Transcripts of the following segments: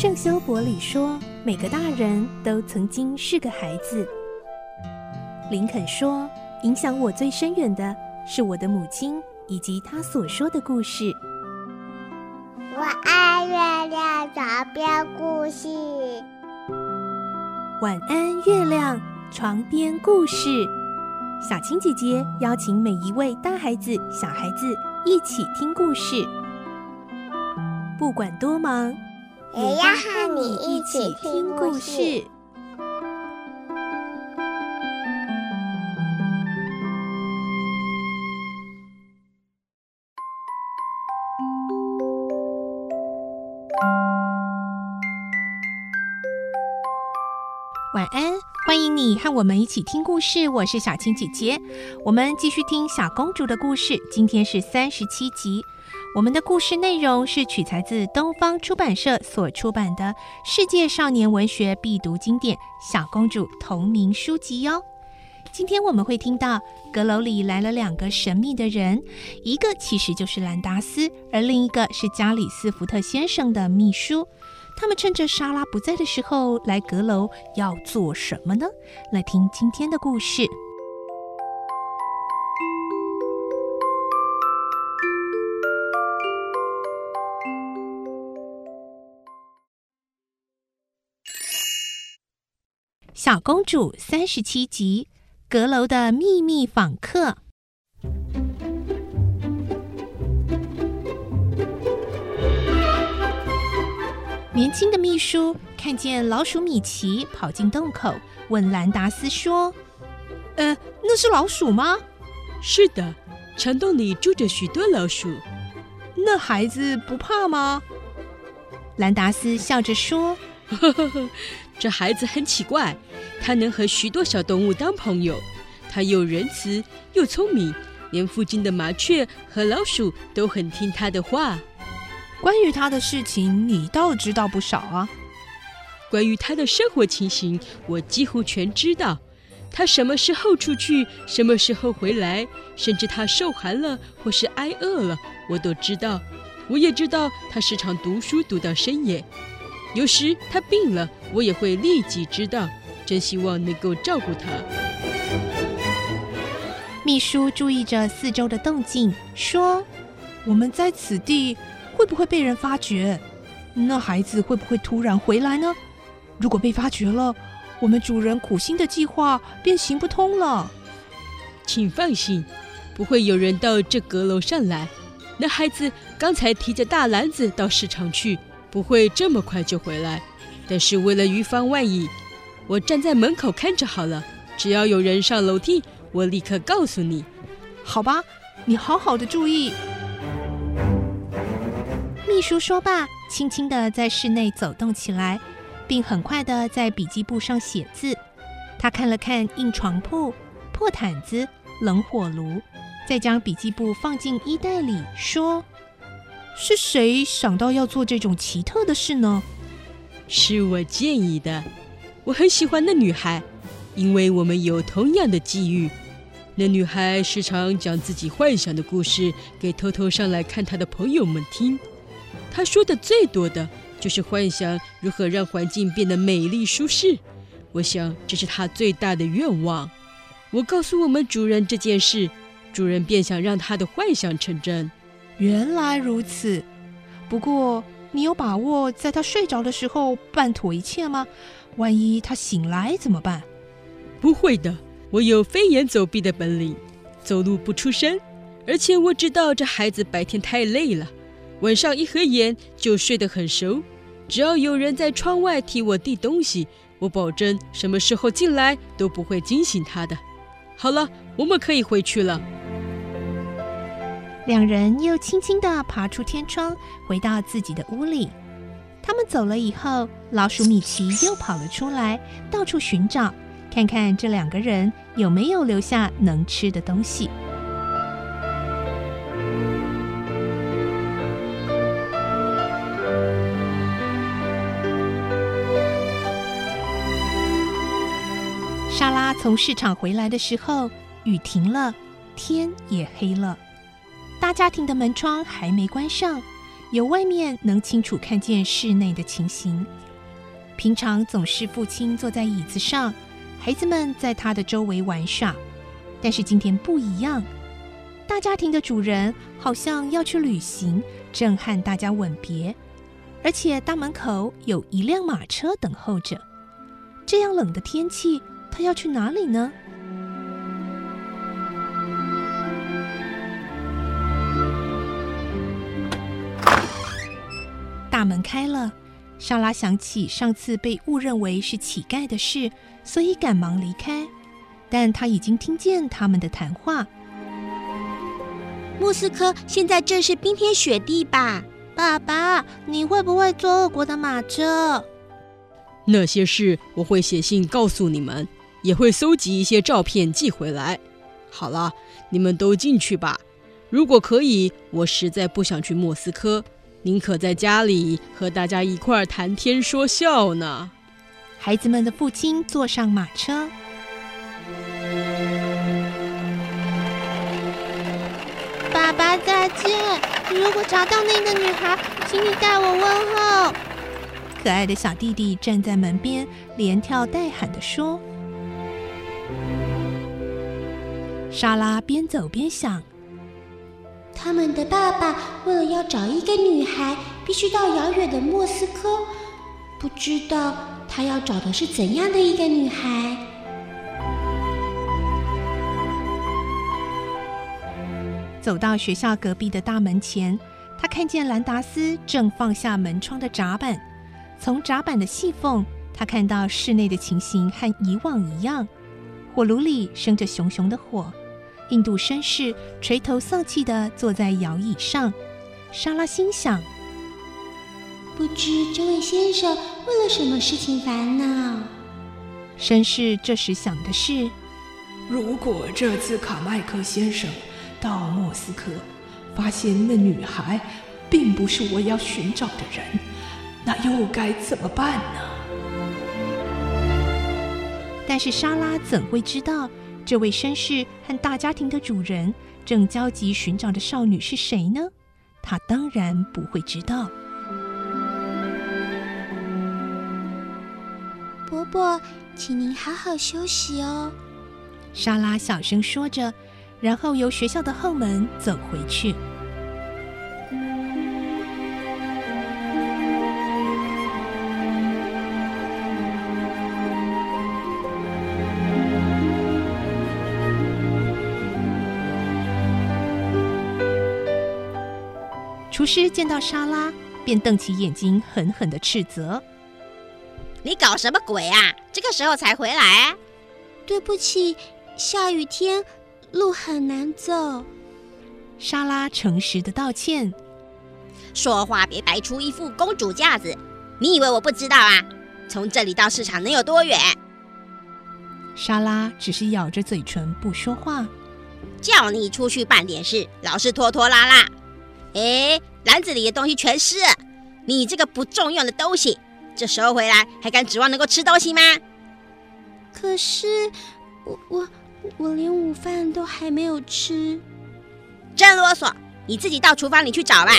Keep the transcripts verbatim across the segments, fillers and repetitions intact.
圣修伯里说，每个大人都曾经是个孩子。林肯说，影响我最深远的是我的母亲以及她所说的故事。 我爱月亮床边故事。 晚安，月亮床边故事。小青姐姐邀请每一位大孩子、小孩子一起听故事，不管多忙， 也要和你一起听故事。 晚安，欢迎你和我们一起听故事，我是小青姐姐。我们继续听小公主的故事，今天是三十七集。我们的故事内容是取材自东方出版社所出版的世界少年文学必读经典《小公主》同名书籍哟。今天我们会听到阁楼里来了两个神秘的人，一个其实就是兰达斯，而另一个是加里斯福特先生的秘书。他们趁着莎拉不在的时候来阁楼，要做什么呢？来听今天的故事。小公主三十七集，阁楼的秘密访客。年轻的秘书看见老鼠米奇跑进洞口，问兰达斯说：“呃，那是老鼠吗？”“ 是的，墙洞里住着许多老鼠。”“ 那孩子不怕吗？”兰达斯笑着说：“ 呵呵呵，这孩子很奇怪，他能和许多小动物当朋友，他又仁慈又聪明，连附近的麻雀和老鼠都很听他的话。”“ 关于他的事情，你倒知道不少啊。”“ 关于他的生活情形，我几乎全知道。他什么时候出去，什么时候回来，甚至他受寒了或是挨饿了，我都知道。我也知道他时常读书读到深夜。有时他病了，我也会立即知道，真希望能够照顾他。” 秘书注意着四周的动静，说：“我们在此地会不会被人发觉？那孩子会不会突然回来呢？如果被发觉了，我们主人苦心的计划便行不通了。”“ 请放心，不会有人到这阁楼上来。那孩子刚才提着大篮子到市场去，不会这么快就回来。但是为了预防万一，我站在门口看着好了，只要有人上楼梯，我立刻告诉你。”“ 好吧，你好好的注意。”秘书说罢，轻轻地在室内走动起来，并很快地在笔记簿上写字。他看了看硬床铺、破毯子、冷火炉，再将笔记簿放进衣袋里，说：“是谁想到要做这种奇特的事呢？”“ 是我建议的。我很喜欢那女孩，因为我们有同样的际遇。那女孩时常讲自己幻想的故事给偷偷上来看她的朋友们听。她说的最多的就是幻想如何让环境变得美丽舒适。我想这是她最大的愿望。我告诉我们主人这件事，主人便想让她的幻想成真。”“ 原来如此。不过你有把握在她睡着的时候办妥一切吗？万一她醒来怎么办？”“ 不会的，我有飞檐走壁的本领，走路不出声。而且我知道这孩子白天太累了，晚上一合眼就睡得很熟。只要有人在窗外替我递东西，我保证什么时候进来都不会惊醒他的。好了，我们可以回去了。” 两人又轻轻地爬出天窗，回到自己的屋里。他们走了以后，老鼠米奇又跑了出来，到处寻找，看看这两个人有没有留下能吃的东西。莎拉从市场回来的时候，雨停了，天也黑了。大家庭的门窗还没关上， 由外面能清楚看见室内的情形。平常总是父亲坐在椅子上，孩子们在他的周围玩耍，但是今天不一样，大家庭的主人好像要去旅行，正和大家吻别，而且大门口有一辆马车等候着。这样冷的天气，他要去哪里呢？大门开了，莎拉想起上次被误认为是乞丐的事，所以赶忙离开。但她已经听见他们的谈话。 莫斯科现在正是冰天雪地吧？ 爸爸，你会不会坐俄国的马车？ 那些事我会写信告诉你们，也会搜集一些照片寄回来。好了，你们都进去吧。如果可以，我实在不想去莫斯科，宁可在家里和大家一块儿谈天说笑呢。 孩子们的父亲坐上马车。 爸爸再见，如果找到那个女孩，请你代我问候。 可爱的小弟弟站在门边，连跳带喊地说。莎拉边走边想， 他们的爸爸为了要找一个女孩，必须到遥远的莫斯科，不知道他要找的是怎样的一个女孩。 走到学校隔壁的大门前，他看见兰达斯正放下门窗的闸板，从闸板的细缝，他看到室内的情形和以往一样，火炉里生着熊熊的火，印度绅士垂头丧气地坐在摇椅上。莎拉心想， 不知这位先生为了什么事情烦恼。 绅士这时想的是， 如果这次卡麦克先生到莫斯科，发现那女孩并不是我要寻找的人，那又该怎么办呢？ 但是莎拉怎会知道，这位绅士和大家庭的主人正焦急寻找的少女是谁呢？她当然不会知道。 伯伯，请您好好休息哦。 莎拉小声说着，然后由学校的后门走回去。厨师见到莎拉，便瞪起眼睛，狠狠地斥责：“ 你搞什么鬼啊？这个时候才回来啊？”“ 对不起，下雨天路很难走。” 莎拉诚实的道歉。 说话别摆出一副公主架子，你以为我不知道啊？从这里到市场能有多远？ 莎拉只是咬着嘴唇不说话。 叫你出去办点事，老是拖拖拉拉。哎，篮子里的东西全湿了，你这个不重用的东西，这时候回来还敢指望能够吃东西吗？ 可是我我我连午饭都还没有吃。 真啰嗦，你自己到厨房里去找吧。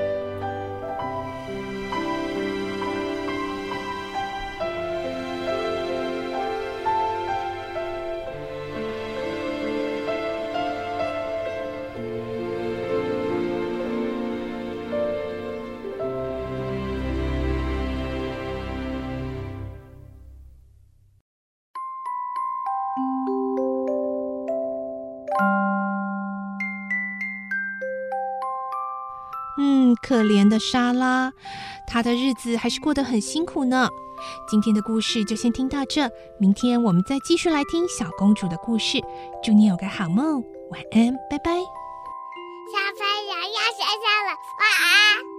嗯，可怜的莎拉，她的日子还是过得很辛苦呢。今天的故事就先听到这，明天我们再继续来听小公主的故事。祝你有个好梦，晚安，拜拜。 小朋友要睡觉了，晚安。